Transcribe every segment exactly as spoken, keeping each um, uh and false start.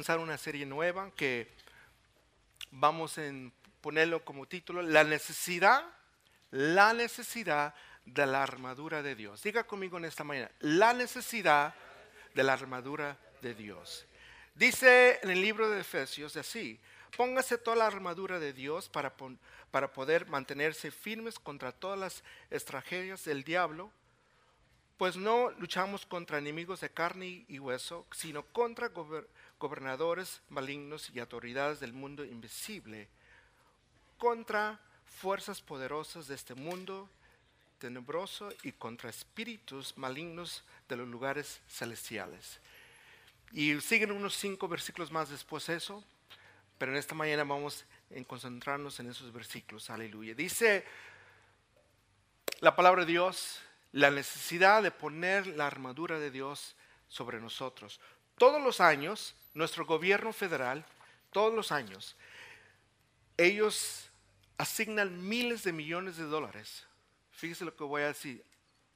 comenzar una serie nueva que vamos a ponerlo como título, la necesidad, la necesidad de la armadura de Dios. Diga conmigo en esta mañana, la necesidad de la armadura de Dios. Dice en el libro de Efesios así: póngase toda la armadura de Dios para, para poder mantenerse firmes contra todas las estrategias del diablo, pues no luchamos contra enemigos de carne y hueso, sino contra gober, gobernadores malignos y autoridades del mundo invisible, contra fuerzas poderosas de este mundo tenebroso y contra espíritus malignos de los lugares celestiales. Y siguen unos cinco versículos más después de eso, pero en esta mañana vamos a concentrarnos en esos versículos. Aleluya. Dice la palabra de Dios, la necesidad de poner la armadura de Dios sobre nosotros. Todos los años, nuestro gobierno federal, todos los años, ellos asignan miles de millones de dólares. Fíjese lo que voy a decir.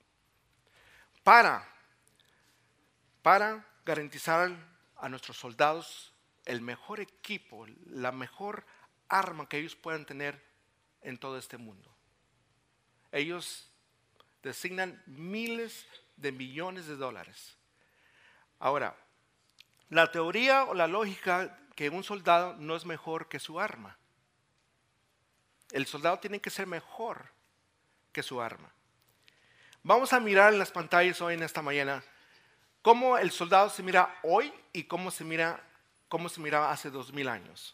Para, para garantizar a nuestros soldados el mejor equipo, la mejor arma que ellos puedan tener en todo este mundo. Ellos designan miles de millones de dólares. Ahora, la teoría o la lógica que un soldado no es mejor que su arma. El soldado tiene que ser mejor que su arma. Vamos a mirar en las pantallas hoy en esta mañana cómo el soldado se mira hoy y cómo se mira, cómo se miraba hace dos mil años.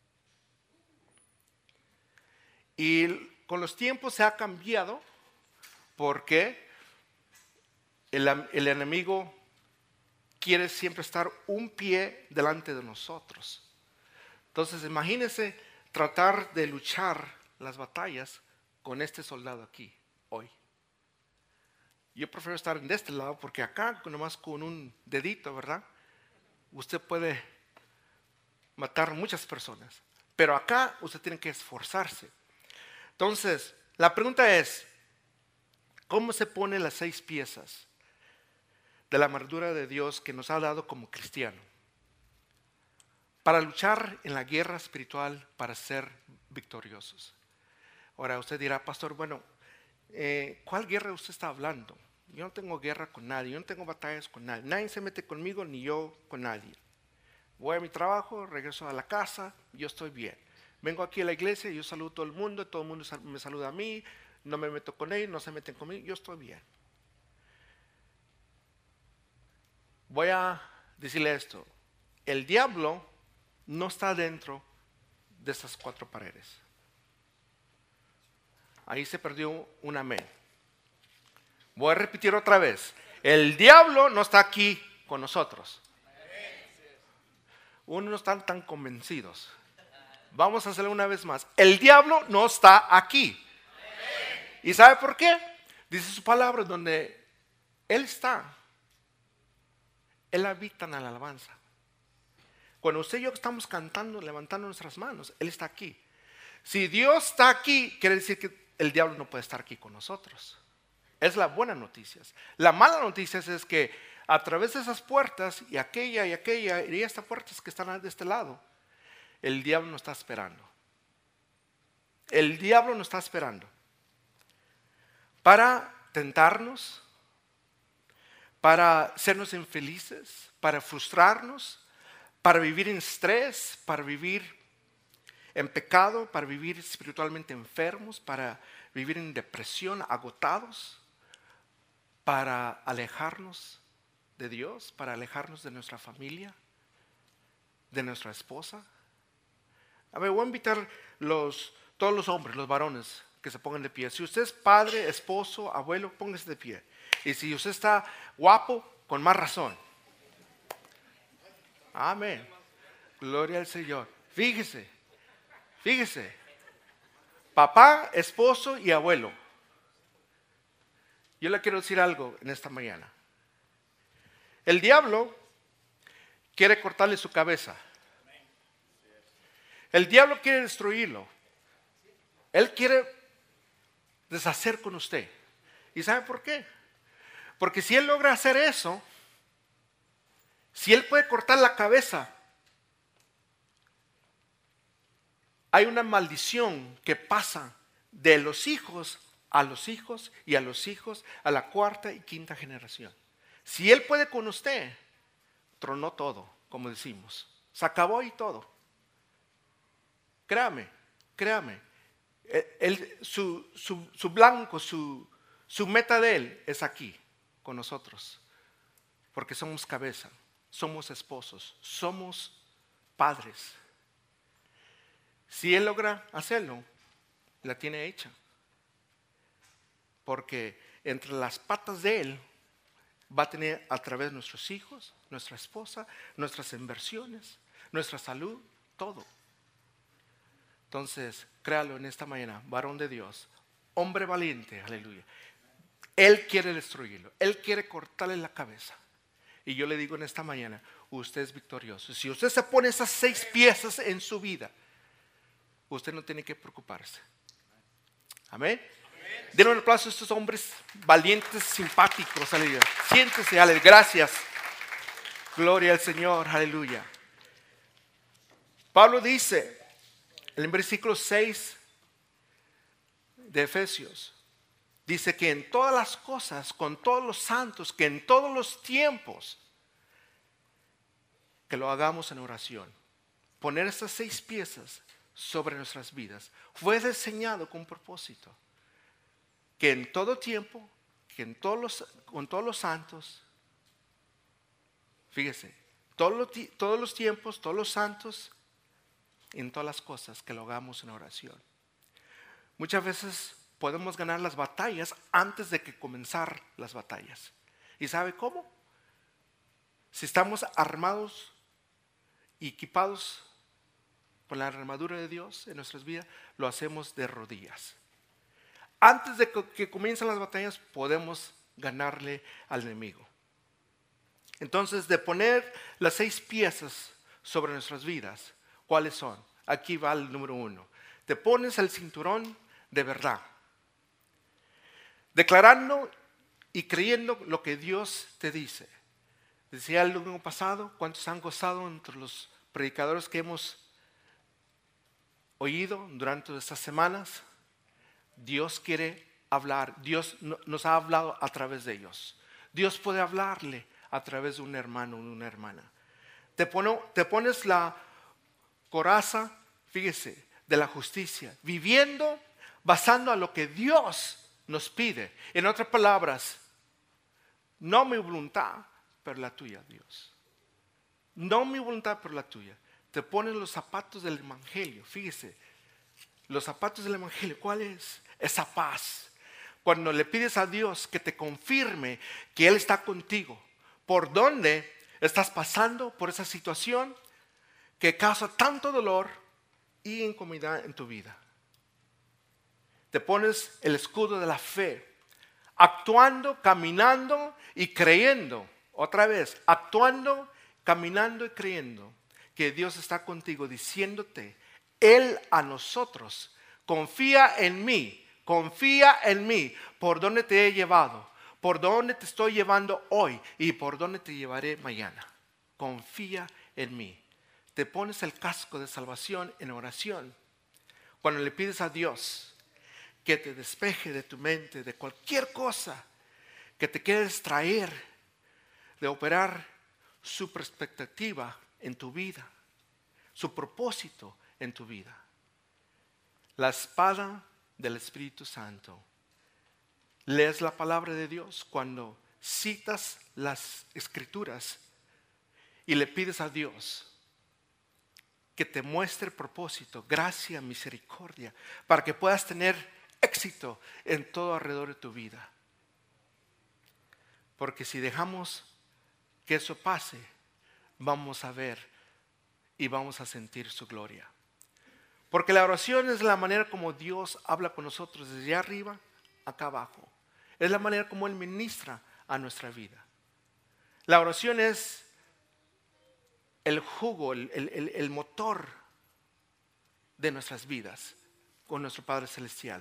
Y con los tiempos se ha cambiado porque el, el enemigo quiere siempre estar un pie delante de nosotros. Entonces imagínense tratar de luchar las batallas con este soldado aquí hoy. Yo prefiero estar de este lado porque acá nomás con un dedito, ¿verdad? Usted puede matar muchas personas, pero acá usted tiene que esforzarse. Entonces, la pregunta es, ¿cómo se ponen las seis piezas de la armadura de Dios que nos ha dado como cristiano para luchar en la guerra espiritual, para ser victoriosos? Ahora usted dirá, pastor, bueno, eh, ¿cuál guerra usted está hablando? Yo no tengo guerra con nadie, yo no tengo batallas con nadie, nadie se mete conmigo ni yo con nadie. Voy a mi trabajo, regreso a la casa, yo estoy bien. Vengo aquí a la iglesia, yo saludo a todo el mundo, todo el mundo me saluda a mí, no me meto con ellos, no se meten conmigo, yo estoy bien. Voy a decirle esto, el diablo no está dentro de estas cuatro paredes. Ahí se perdió un amén. Voy a repetir otra vez, el diablo no está aquí con nosotros. Unos no están tan convencidos. Vamos a hacerlo una vez más, el diablo no está aquí. ¿Y sabe por qué? Dice su palabra, donde Él está, Él habita en la alabanza. Cuando usted y yo estamos cantando, levantando nuestras manos, Él está aquí. Si Dios está aquí, quiere decir que el diablo no puede estar aquí con nosotros. Es la buena noticia. La mala noticia es que a través de esas puertas, y aquella y aquella, y estas puertas que están de este lado, el diablo nos está esperando. El diablo nos está esperando para tentarnos, para hacernos infelices, para frustrarnos, para vivir en estrés, para vivir en pecado, para vivir espiritualmente enfermos, para vivir en depresión, agotados, para alejarnos de Dios, para alejarnos de nuestra familia, de nuestra esposa. A ver, voy a invitar los, todos los hombres, los varones, que se pongan de pie. Si usted es padre, esposo, abuelo, póngase de pie. Y si usted está guapo, con más razón. Amén. Gloria al Señor. Fíjese, fíjese. Papá, esposo y abuelo. Yo le quiero decir algo en esta mañana. El diablo quiere cortarle su cabeza. El diablo quiere destruirlo. Él quiere deshacer con usted. ¿Y sabe por qué? Porque si él logra hacer eso, si él puede cortar la cabeza hay una maldición que pasa de los hijos a los hijos y a los hijos a la cuarta y quinta generación. Si Él puede con usted, tronó todo, como decimos. Se acabó y todo. Créame, créame. Él, su, su, su blanco, su, su meta de Él es aquí, con nosotros. Porque somos cabeza, somos esposos, somos padres. Si Él logra hacerlo, la tiene hecha. Porque entre las patas de Él va a tener a través de nuestros hijos, nuestra esposa, nuestras inversiones, nuestra salud, todo. Entonces, créalo en esta mañana, varón de Dios, hombre valiente, aleluya. Él quiere destruirlo, Él quiere cortarle la cabeza. Y yo le digo en esta mañana, usted es victorioso. Si usted se pone esas seis piezas en su vida, usted no tiene que preocuparse. Amén. Denle un aplauso a estos hombres valientes, simpáticos, aleluya. Siéntese, aleluya. Gracias. Gloria al Señor, aleluya. Pablo dice en el versículo seis de Efesios, dice que en todas las cosas, con todos los santos, que en todos los tiempos, que lo hagamos en oración. Poner estas seis piezas sobre nuestras vidas fue diseñado con propósito. Que en todo tiempo, que en todos los, con todos los santos, fíjese, todos los, todos los tiempos, todos los santos, en todas las cosas que lo hagamos en oración. Muchas veces podemos ganar las batallas antes de que comenzar las batallas. ¿Y sabe cómo? Si estamos armados y equipados con la armadura de Dios en nuestras vidas, lo hacemos de rodillas. Antes de que comiencen las batallas podemos ganarle al enemigo. Entonces, de poner las seis piezas sobre nuestras vidas, ¿cuáles son? Aquí va el número uno. Te pones el cinturón de verdad, declarando y creyendo lo que Dios te dice. Decía el domingo pasado, ¿cuántos han gozado entre los predicadores que hemos oído durante estas semanas? Dios quiere hablar, Dios nos ha hablado a través de ellos. Dios puede hablarle a través de un hermano o una hermana. Te, pono, te pones la coraza, fíjese, de la justicia, viviendo basando a lo que Dios nos pide. En otras palabras, no mi voluntad, pero la tuya, Dios. No mi voluntad, pero la tuya. Te pones los zapatos del evangelio, fíjese. Los zapatos del evangelio, ¿cuál es? Esa paz. Cuando le pides a Dios que te confirme que Él está contigo, por dónde estás pasando por esa situación que causa tanto dolor y incomodidad en tu vida. Te pones el escudo de la fe, actuando, caminando y creyendo. Otra vez, actuando, caminando y creyendo que Dios está contigo, diciéndote, Él a nosotros, confía en mí, confía en mí, por dónde te he llevado, por dónde te estoy llevando hoy y por dónde te llevaré mañana. Confía en mí. Te pones el casco de salvación en oración. Cuando le pides a Dios que te despeje de tu mente, de cualquier cosa que te quiera distraer de operar su perspectiva en tu vida, su propósito en tu vida. La espada del Espíritu Santo. Lees la palabra de Dios cuando citas las Escrituras y le pides a Dios que te muestre propósito, gracia, misericordia, para que puedas tener éxito en todo alrededor de tu vida. Porque si dejamos que eso pase, vamos a ver y vamos a sentir su gloria. Porque la oración es la manera como Dios habla con nosotros desde arriba acá abajo. Es la manera como Él ministra a nuestra vida. La oración es el jugo, el, el, el motor de nuestras vidas con nuestro Padre Celestial.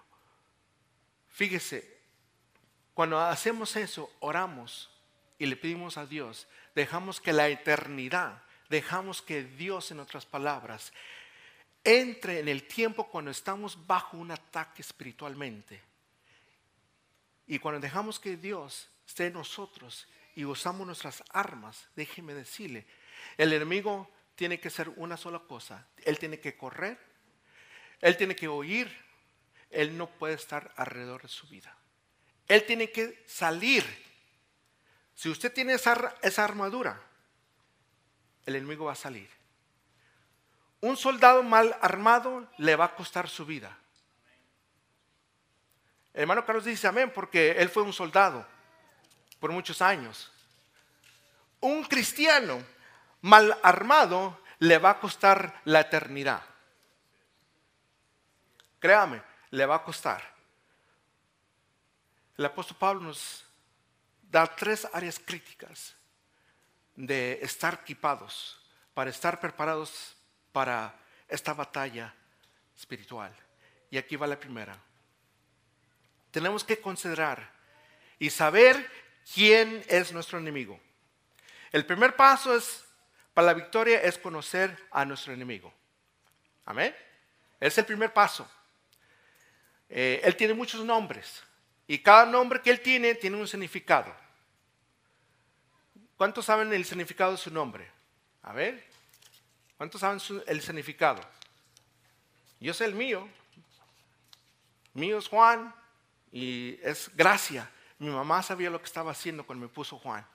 Fíjese, cuando hacemos eso, oramos y le pedimos a Dios, dejamos que la eternidad, dejamos que Dios, en otras palabras, entre en el tiempo cuando estamos bajo un ataque espiritualmente. Y cuando dejamos que Dios esté en nosotros y usamos nuestras armas, déjeme decirle, el enemigo tiene que ser una sola cosa. Él tiene que correr, él tiene que huir, él no puede estar alrededor de su vida. Él tiene que salir. Si usted tiene esa, esa armadura, el enemigo va a salir. Un soldado mal armado le va a costar su vida. El hermano Carlos dice amén porque él fue un soldado por muchos años. Un cristiano mal armado le va a costar la eternidad. Créame, le va a costar. El apóstol Pablo nos da tres áreas críticas de estar equipados, para estar preparados para esta batalla espiritual. Y aquí va la primera. Tenemos que considerar y saber quién es nuestro enemigo. El primer paso es, para la victoria es conocer a nuestro enemigo. Amén. Es el primer paso. Eh, él tiene muchos nombres y cada nombre que él tiene tiene un significado. ¿Cuántos saben el significado de su nombre? A ver, ¿cuántos saben su, el significado? Yo sé el mío. Mío es Juan y es gracia. Mi mamá sabía lo que estaba haciendo cuando me puso Juan.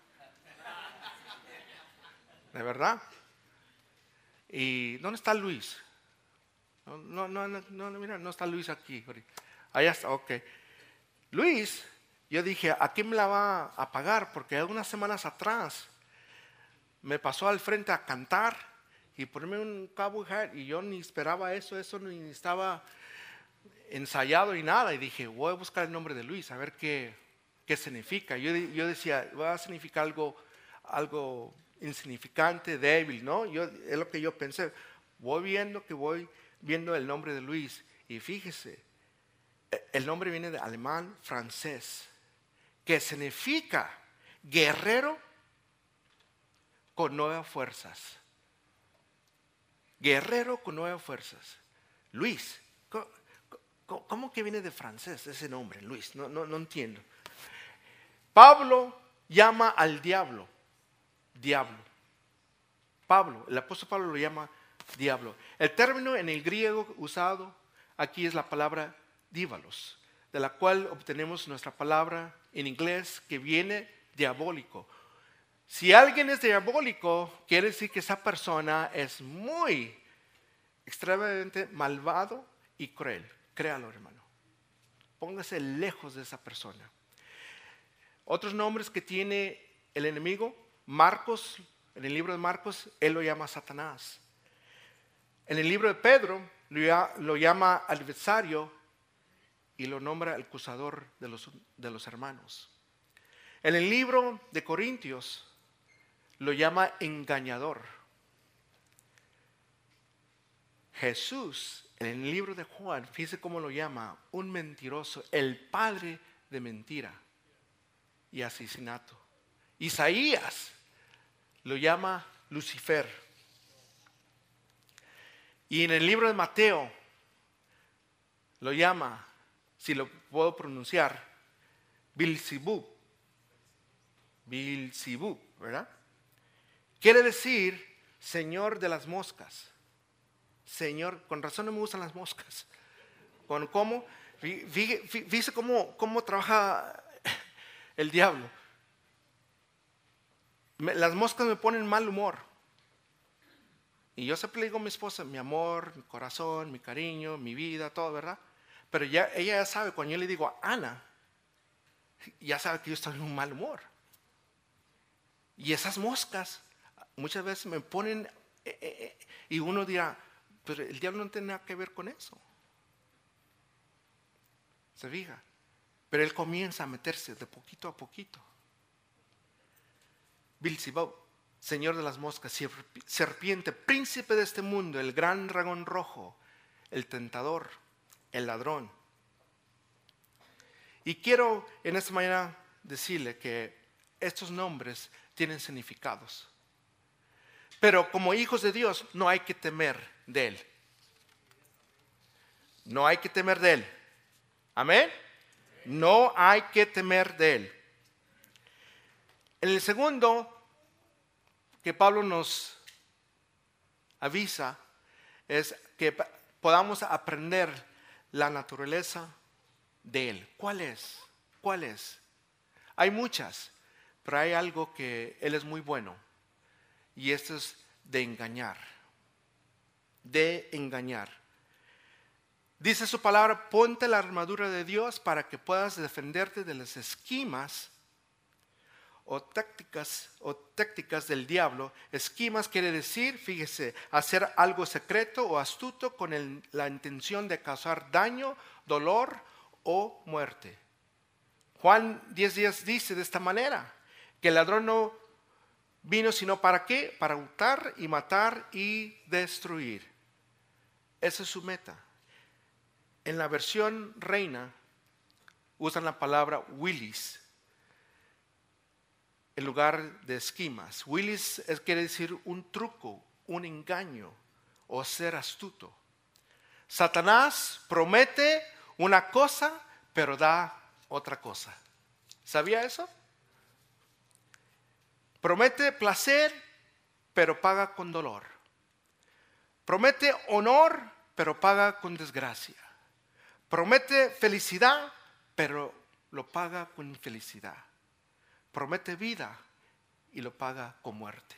¿De verdad? ¿Y dónde está Luis? No, no, no, no, mira, no está Luis aquí. Allá está, ok. Luis, yo dije, ¿a quién me la va a pagar? Porque algunas semanas atrás me pasó al frente a cantar y ponerme un cowboy hat y yo ni esperaba eso, eso ni estaba ensayado ni nada. Y dije, voy a buscar el nombre de Luis, a ver qué, qué significa. Yo, yo decía, va a significar algo, algo insignificante, débil, ¿no? Yo, es lo que yo pensé. Voy viendo que voy viendo el nombre de Luis y fíjese, el nombre viene de alemán francés, que significa guerrero con nuevas fuerzas. Guerrero con nuevas fuerzas. Luis, ¿cómo, cómo, cómo que viene de francés ese nombre, Luis? No, no, no entiendo. Pablo llama al diablo, diablo. Pablo, el apóstol Pablo lo llama diablo. El término en el griego usado aquí es la palabra dívalos, de la cual obtenemos nuestra palabra en inglés que viene diabólico. Si alguien es diabólico, quiere decir que esa persona es muy extremadamente malvado y cruel. Créalo, hermano. Póngase lejos de esa persona. Otros nombres que tiene el enemigo, Marcos, en el libro de Marcos, él lo llama Satanás. En el libro de Pedro, lo llama adversario y lo nombra el acusador de los, de los hermanos. En el libro de Corintios, lo llama engañador. Jesús, en el libro de Juan, fíjese cómo lo llama, un mentiroso, el padre de mentira y asesinato. Isaías lo llama Lucifer. Y en el libro de Mateo lo llama, si lo puedo pronunciar, Bilzebub. Bilzebub, ¿verdad? Quiere decir señor de las moscas. Señor, con razón no me gustan las moscas. ¿Con cómo? Fíjese cómo, cómo trabaja el diablo. Me, las moscas me ponen mal humor. Y yo siempre le digo a mi esposa, mi amor, mi corazón, mi cariño, mi vida, todo, ¿verdad? Pero ya, ella ya sabe, cuando yo le digo a Ana, ya sabe que yo estoy en un mal humor. Y esas moscas muchas veces me ponen, eh, eh, y uno dirá, pero el diablo no tiene nada que ver con eso. ¿Se fija? Pero él comienza a meterse de poquito a poquito. Bilzebub, señor de las moscas, serpiente, príncipe de este mundo, el gran dragón rojo, el tentador, el ladrón. Y quiero en esta mañana decirle que estos nombres tienen significados. Pero como hijos de Dios no hay que temer de él. No hay que temer de él. Amén. No hay que temer de él. En el segundo que Pablo nos avisa es que podamos aprender la naturaleza de él. ¿Cuál es? ¿Cuál es? Hay muchas, pero hay algo que él es muy bueno, y esto es de engañar. De engañar. Dice su palabra: ponte la armadura de Dios para que puedas defenderte de las esquimas o tácticas, o tácticas del diablo. Esquimas quiere decir, fíjese, hacer algo secreto o astuto con el, la intención de causar daño, dolor o muerte. Juan diez diez dice de esta manera, que el ladrón no vino sino para qué, para hurtar y matar y destruir. Esa es su meta. En la versión reina usan la palabra willis en lugar de esquimas. Willis es, quiere decir un truco, un engaño o ser astuto. Satanás promete una cosa, pero da otra cosa. ¿Sabía eso? Promete placer, pero paga con dolor. Promete honor, pero paga con desgracia. Promete felicidad, pero lo paga con infelicidad. Promete vida y lo paga con muerte.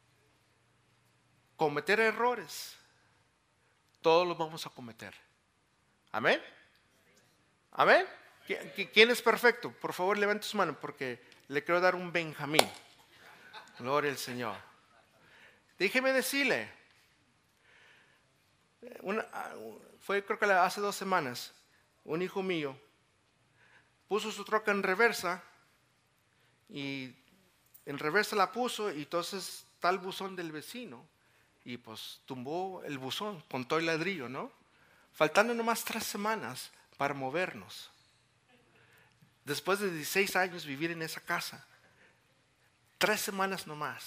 Cometer errores, todos los vamos a cometer. Amén. Amén. ¿Quién es perfecto? Por favor, levante su mano porque le quiero dar un Benjamín. Gloria al Señor. Déjeme decirle, una, fue creo que hace dos semanas, un hijo mío puso su troca en reversa y en reversa la puso, y entonces está el buzón del vecino y pues tumbó el buzón con todo el ladrillo, ¿no? Faltando nomás tres semanas para movernos. Después de dieciséis años vivir en esa casa, tres semanas nomás.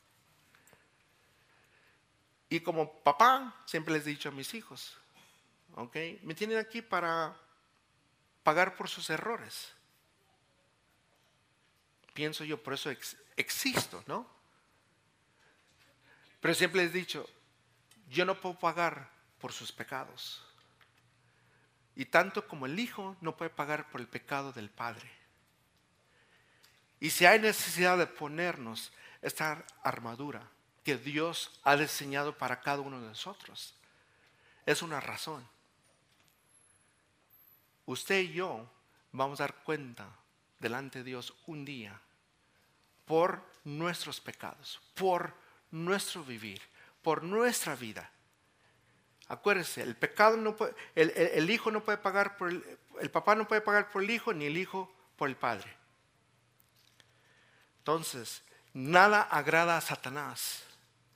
Y como papá, siempre les he dicho a mis hijos, ¿ok? Me tienen aquí para pagar por sus errores. Pienso yo, por eso ex- existo, ¿no? Pero siempre les he dicho, yo no puedo pagar por sus pecados. Y tanto como el hijo no puede pagar por el pecado del padre. Y si hay necesidad de ponernos esta armadura que Dios ha diseñado para cada uno de nosotros, es una razón. Usted y yo vamos a dar cuenta delante de Dios un día por nuestros pecados, por nuestro vivir, por nuestra vida. Acuérdese, el pecado no puede, el, el, el hijo no puede pagar por el, el papá no puede pagar por el hijo, ni el hijo por el padre. Entonces, nada agrada a Satanás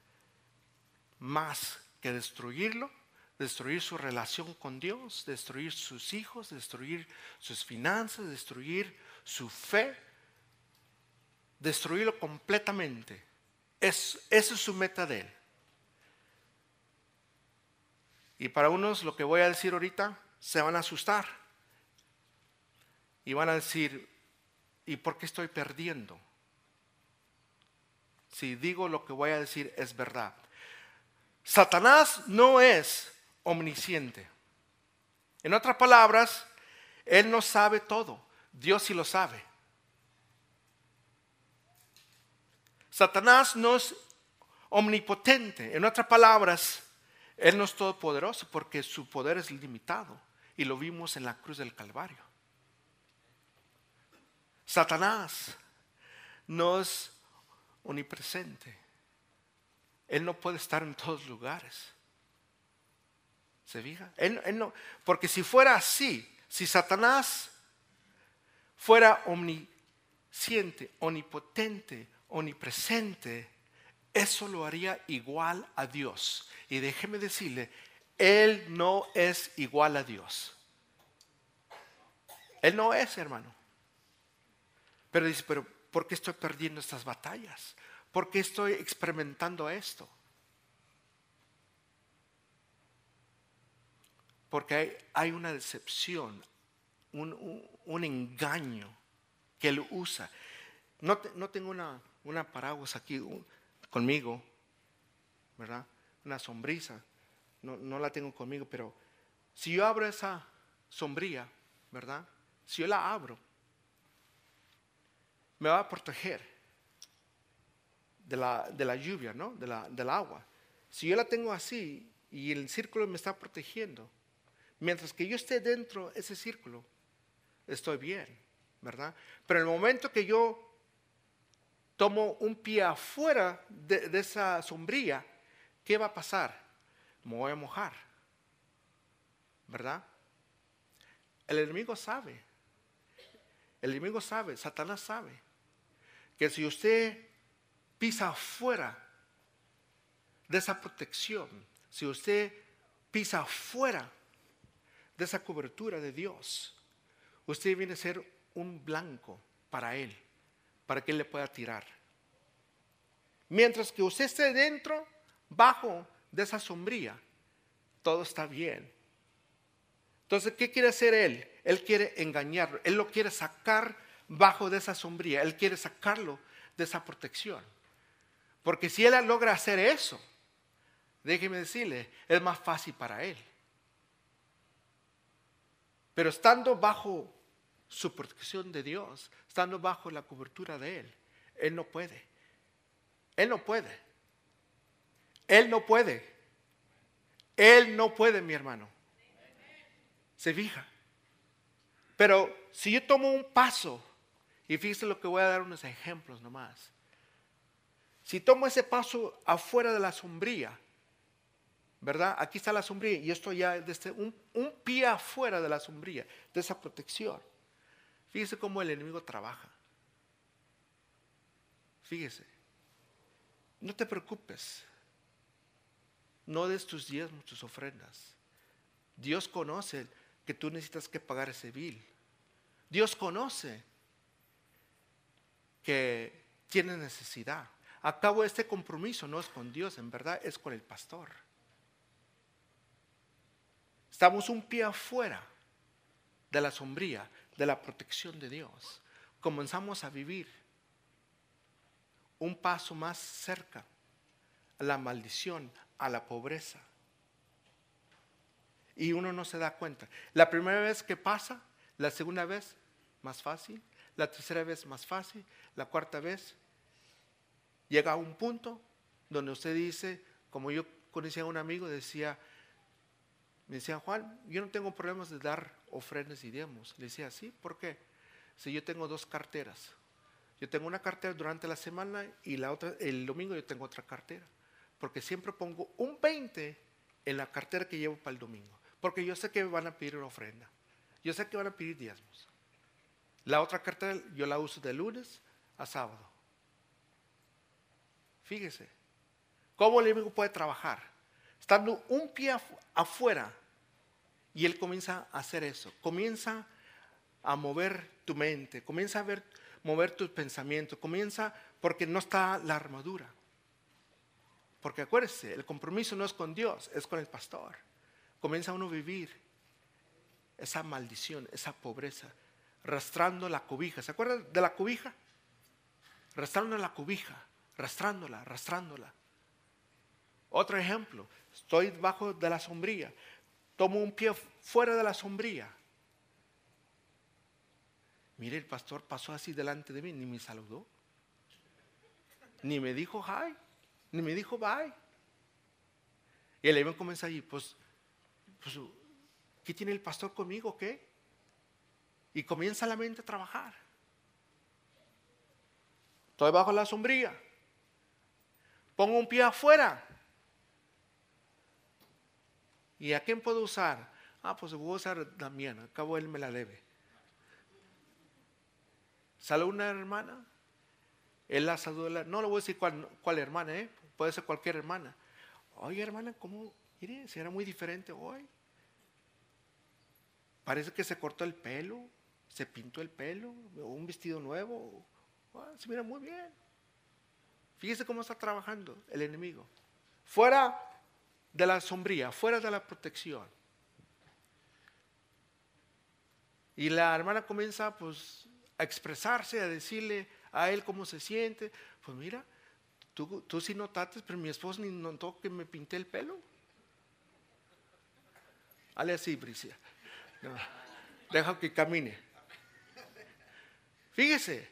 más que destruirlo, destruir su relación con Dios, destruir sus hijos, destruir sus finanzas, destruir su fe, destruirlo completamente. Es, esa es su meta de él. Y para unos lo que voy a decir ahorita se van a asustar y van a decir, ¿y por qué estoy perdiendo? Si digo lo que voy a decir es verdad. Satanás no es omnisciente. En otras palabras, él no sabe todo. Dios sí lo sabe. Satanás no es omnipotente. En otras palabras, él no es todopoderoso porque su poder es limitado. Y lo vimos en la cruz del Calvario. Satanás no es omnipresente. Él no puede estar en todos lugares. ¿Se fija? Él, él no, porque si fuera así, si Satanás fuera omnisciente, omnipotente, omnipresente, eso lo haría igual a Dios. Y déjeme decirle, Él no es igual a Dios. Él no es, hermano. Pero dice, pero ¿por qué estoy perdiendo estas batallas? ¿Por qué estoy experimentando esto? Porque hay, hay una decepción, un, un, un engaño que él usa. No, te, no tengo una, una paraguas aquí uh, conmigo, ¿verdad? Una sombrilla, no, no la tengo conmigo, pero si yo abro esa sombrilla, ¿verdad? Si yo la abro, me va a proteger de la, de la lluvia, ¿no? De la, del agua. Si yo la tengo así y el círculo me está protegiendo, mientras que yo esté dentro de ese círculo, estoy bien, ¿verdad? Pero en el momento que yo tomo un pie afuera de, de esa sombrilla, ¿qué va a pasar? Me voy a mojar, ¿verdad? El enemigo sabe, el enemigo sabe, Satanás sabe, que si usted pisa afuera de esa protección, si usted pisa afuera de esa cobertura de Dios, usted viene a ser un blanco para él, para que él le pueda tirar. Mientras que usted esté dentro, bajo de esa sombrilla, todo está bien. Entonces, ¿qué quiere hacer él? Él quiere engañarlo, él lo quiere sacar bajo de esa sombrilla, él quiere sacarlo de esa protección. Porque si él logra hacer eso, déjeme decirle, es más fácil para él. Pero estando bajo su protección de Dios, estando bajo la cobertura de él, él no puede. Él no puede. Él no puede. Él no puede, mi hermano. Se fija. Pero si yo tomo un paso, y fíjese lo que voy a dar unos ejemplos nomás. Si tomo ese paso afuera de la sombrilla, ¿verdad? Aquí está la sombrilla y esto ya es desde un, un pie afuera de la sombrilla, de esa protección. Fíjese cómo el enemigo trabaja. Fíjese. No te preocupes. No des tus diezmos, tus ofrendas. Dios conoce que tú necesitas que pagar ese bill. Dios conoce que tienes necesidad. A cabo este compromiso no es con Dios, en verdad es con el pastor. Estamos un pie afuera de la sombrilla, de la protección de Dios. Comenzamos a vivir un paso más cerca a la maldición, a la pobreza. Y uno no se da cuenta. La primera vez que pasa, la segunda vez más fácil, la tercera vez más fácil, la cuarta vez llega a un punto donde usted dice, como yo conocía a un amigo, decía, me decía, Juan, yo no tengo problemas de dar ofrendas y diezmos. Le decía, ¿sí? ¿Por qué? Si yo tengo dos carteras. Yo tengo una cartera durante la semana y la otra, el domingo yo tengo otra cartera. Porque siempre pongo un veinte en la cartera que llevo para el domingo. Porque yo sé que van a pedir una ofrenda. Yo sé que van a pedir diezmos. La otra cartera yo la uso de lunes a sábado. Fíjese, ¿cómo el enemigo puede trabajar? Estando un pie afuera y él comienza a hacer eso. Comienza a mover tu mente, comienza a ver, mover tus pensamientos, comienza porque no está la armadura. Porque acuérdese, el compromiso no es con Dios, es con el pastor. Comienza uno a vivir esa maldición, esa pobreza, arrastrando la cobija. ¿Se acuerdan de la cobija? Arrastrando la cobija, arrastrándola, arrastrándola. Otro ejemplo, estoy bajo de la sombrilla, tomo un pie fuera de la sombrilla. Mire, el pastor pasó así delante de mí, ni me saludó, ni me dijo hi, ni me dijo bye. Y el enemigo comienza allí, pues, pues, ¿qué tiene el pastor conmigo? ¿Qué? Y comienza la mente a trabajar. Estoy bajo la sombrilla, pongo un pie afuera. ¿Y a quién puedo usar? Ah, pues voy a usar a Damián, al cabo él me la debe. Sale una hermana, él la saluda, no le voy a decir cuál, cuál hermana, ¿eh? Puede ser cualquier hermana. Oye, hermana, ¿cómo? Mire, si era muy diferente hoy. Parece que se cortó el pelo, se pintó el pelo, un vestido nuevo. Oh, se mira muy bien. Fíjese cómo está trabajando el enemigo. Fuera de la sombría, fuera de la protección. Y la hermana comienza pues a expresarse, a decirle a él cómo se siente. Pues mira, tú, tú sí notaste, pero mi esposo ni notó que me pinté el pelo. Hale así, Bricia. No, deja que camine. Fíjese,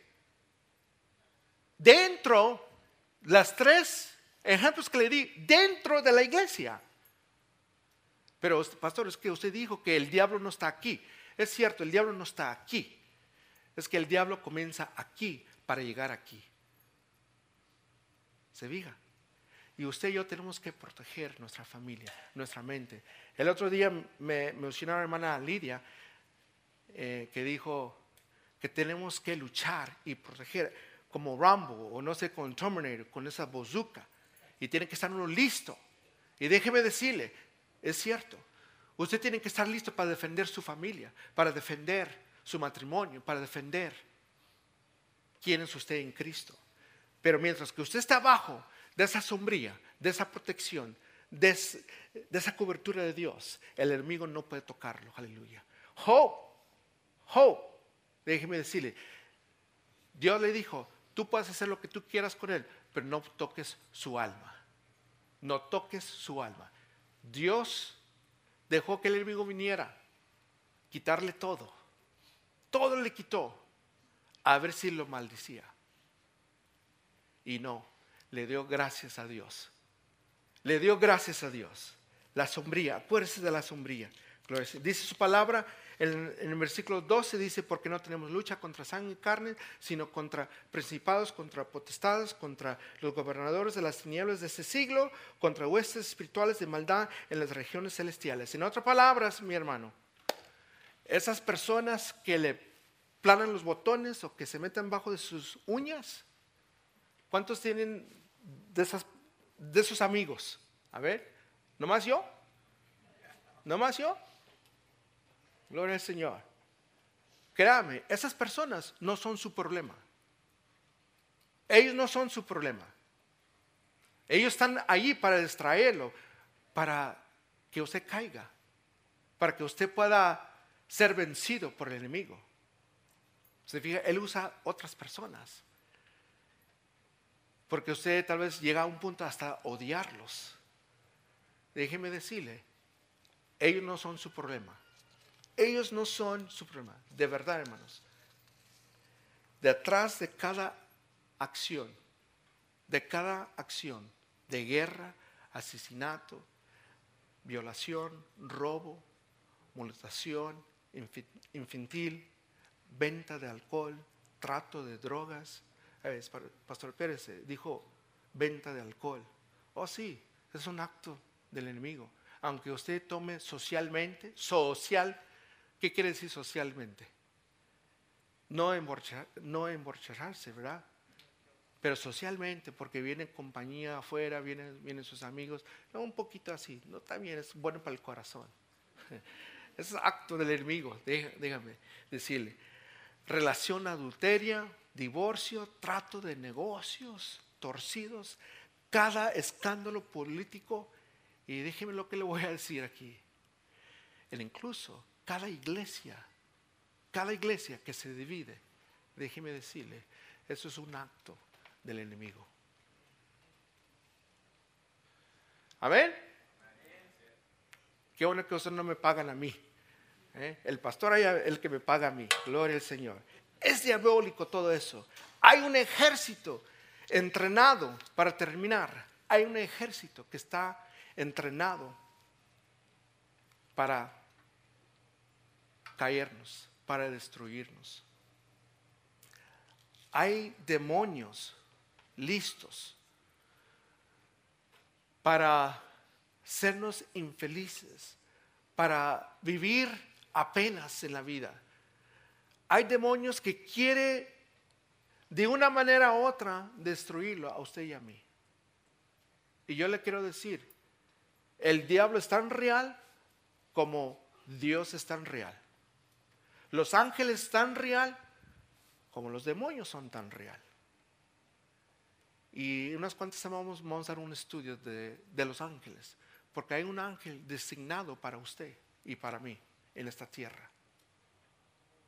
dentro, las tres ejemplos que le di, dentro de la iglesia. Pero, pastor, es que usted dijo que el diablo no está aquí. Es cierto, el diablo no está aquí. Es que el diablo comienza aquí para llegar aquí. ¿Se fija? Y usted y yo tenemos que proteger nuestra familia, nuestra mente. El otro día me mencionó la hermana Lidia eh, que dijo que tenemos que luchar y proteger como Rambo o no sé, con Terminator, con esa bazooka. Y tiene que estar uno listo. Y déjeme decirle, es cierto, usted tiene que estar listo para defender su familia, para defender su matrimonio, para defender quién es usted en Cristo. Pero mientras que usted está abajo de esa sombría, de esa protección, de, ese, de esa cobertura de Dios, el enemigo no puede tocarlo. Aleluya. Job, Job, déjeme decirle, Dios le dijo, tú puedes hacer lo que tú quieras con él, pero no toques su alma. No toques su alma. Dios dejó que el enemigo viniera, quitarle todo. Todo le quitó, a ver si lo maldecía. Y no, le dio gracias a Dios. Le dio gracias a Dios. La sombría, acuérdese de la sombría. Dice su palabra en, en el versículo doce, dice, porque no tenemos lucha contra sangre y carne, sino contra principados, contra potestades, contra los gobernadores de las tinieblas de este siglo, contra huestes espirituales de maldad en las regiones celestiales. En otras palabras, mi hermano, esas personas que le planan los botones o que se meten bajo de sus uñas, ¿cuántos tienen de, esas, de esos amigos? A ver, ¿nomás yo? ¿Nomás yo? Gloria al Señor. Créame, esas personas no son su problema. Ellos no son su problema. Ellos están allí para distraerlo, para que usted caiga, para que usted pueda ser vencido por el enemigo. Se fija, él usa otras personas. Porque usted tal vez llega a un punto hasta odiarlos. Déjeme decirle, ellos no son su problema. Ellos no son su problema. De verdad, hermanos. Detrás de cada acción, de cada acción de guerra, asesinato, violación, robo, molestación infantil, venta de alcohol, trato de drogas. Pastor Pérez dijo venta de alcohol. Oh sí, es un acto del enemigo. Aunque usted tome socialmente, social, ¿qué quiere decir socialmente? No, emborchar, no emborcharse, ¿verdad? Pero socialmente, porque viene compañía afuera, vienen, vienen sus amigos, no, un poquito así, no, también es bueno para el corazón. Es acto del enemigo, déjame decirle. Relación adulteria, divorcio, trato de negocios torcidos, cada escándalo político. Y déjeme lo que le voy a decir aquí. El incluso cada iglesia, cada iglesia que se divide, déjeme decirle, eso es un acto del enemigo. Amén. Qué bueno que ustedes no me pagan a mí. ¿Eh? El pastor es el que me paga a mí. Gloria al Señor. Es diabólico todo eso. Hay un ejército entrenado, para terminar, hay un ejército que está entrenado para caernos, para destruirnos. Hay demonios listos para hacernos infelices, para vivir apenas en la vida. Hay demonios que quieren de una manera u otra destruirlo a usted y a mí. Y yo le quiero decir, el diablo es tan real como Dios es tan real. Los ángeles es tan real como los demonios son tan real. Y unas cuantas vamos, vamos a dar un estudio de, de los ángeles, porque hay un ángel designado para usted y para mí en esta tierra.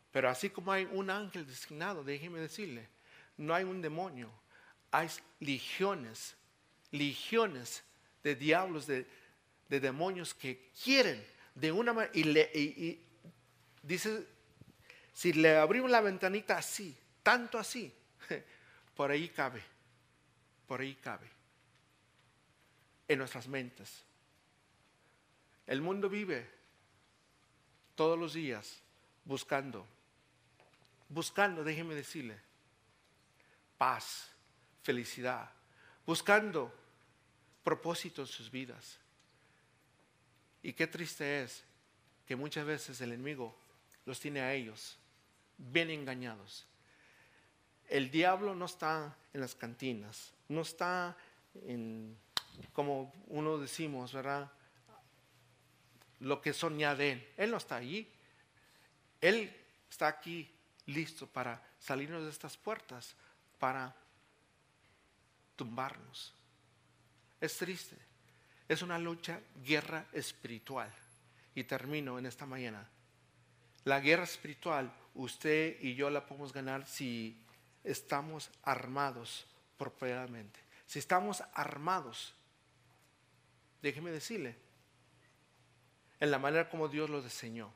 Pero así como hay un ángel designado, déjeme decirle, no hay un demonio, hay legiones, legiones de diablos, de, de demonios que quieren de una manera, y, le, y, y dice, si le abrimos la ventanita así, tanto así, por ahí cabe, por ahí cabe, en nuestras mentes. El mundo vive todos los días buscando, buscando, déjeme decirle, paz, felicidad, buscando propósito en sus vidas. Y qué triste es que muchas veces el enemigo los tiene a ellos bien engañados. El diablo no está en las cantinas, no está en, como uno decimos, ¿verdad? Lo que soña de él. Él no está allí. Él está aquí listo para salirnos de estas puertas, para tumbarnos. Es triste. Es una lucha, guerra espiritual. Y termino en esta mañana. La guerra espiritual, usted y yo la podemos ganar si estamos armados propiamente. Si estamos armados, déjeme decirle, en la manera como Dios lo diseñó.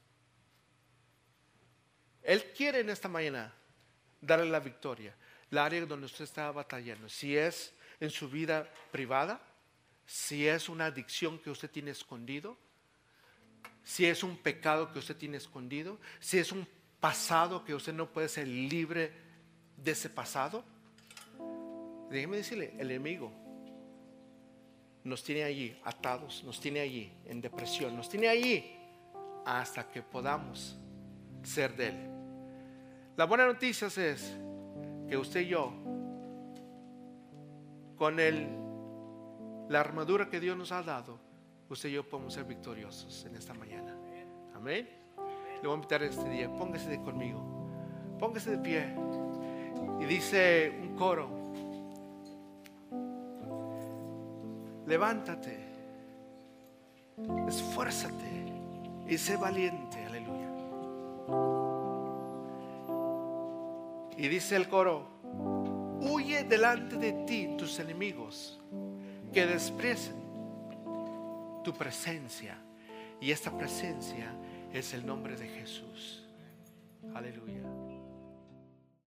Él quiere en esta mañana darle la victoria. La área donde usted está batallando, si es en su vida privada, si es una adicción que usted tiene escondido, si es un pecado que usted tiene escondido, si es un pasado que usted no puede ser libre de ese pasado, déjeme decirle, el enemigo nos tiene allí atados, nos tiene allí en depresión, nos tiene allí hasta que podamos ser de él. La buena noticia es que usted y yo, con el, la armadura que Dios nos ha dado, usted y yo podemos ser victoriosos en esta mañana. Amén. Le voy a invitar este día, póngase de conmigo, póngase de pie. Y dice un coro: levántate, esfuérzate y sé valiente. Aleluya. Y dice el coro: huye delante de ti tus enemigos, que desprecien tu presencia. Y esta presencia es el nombre de Jesús. Aleluya.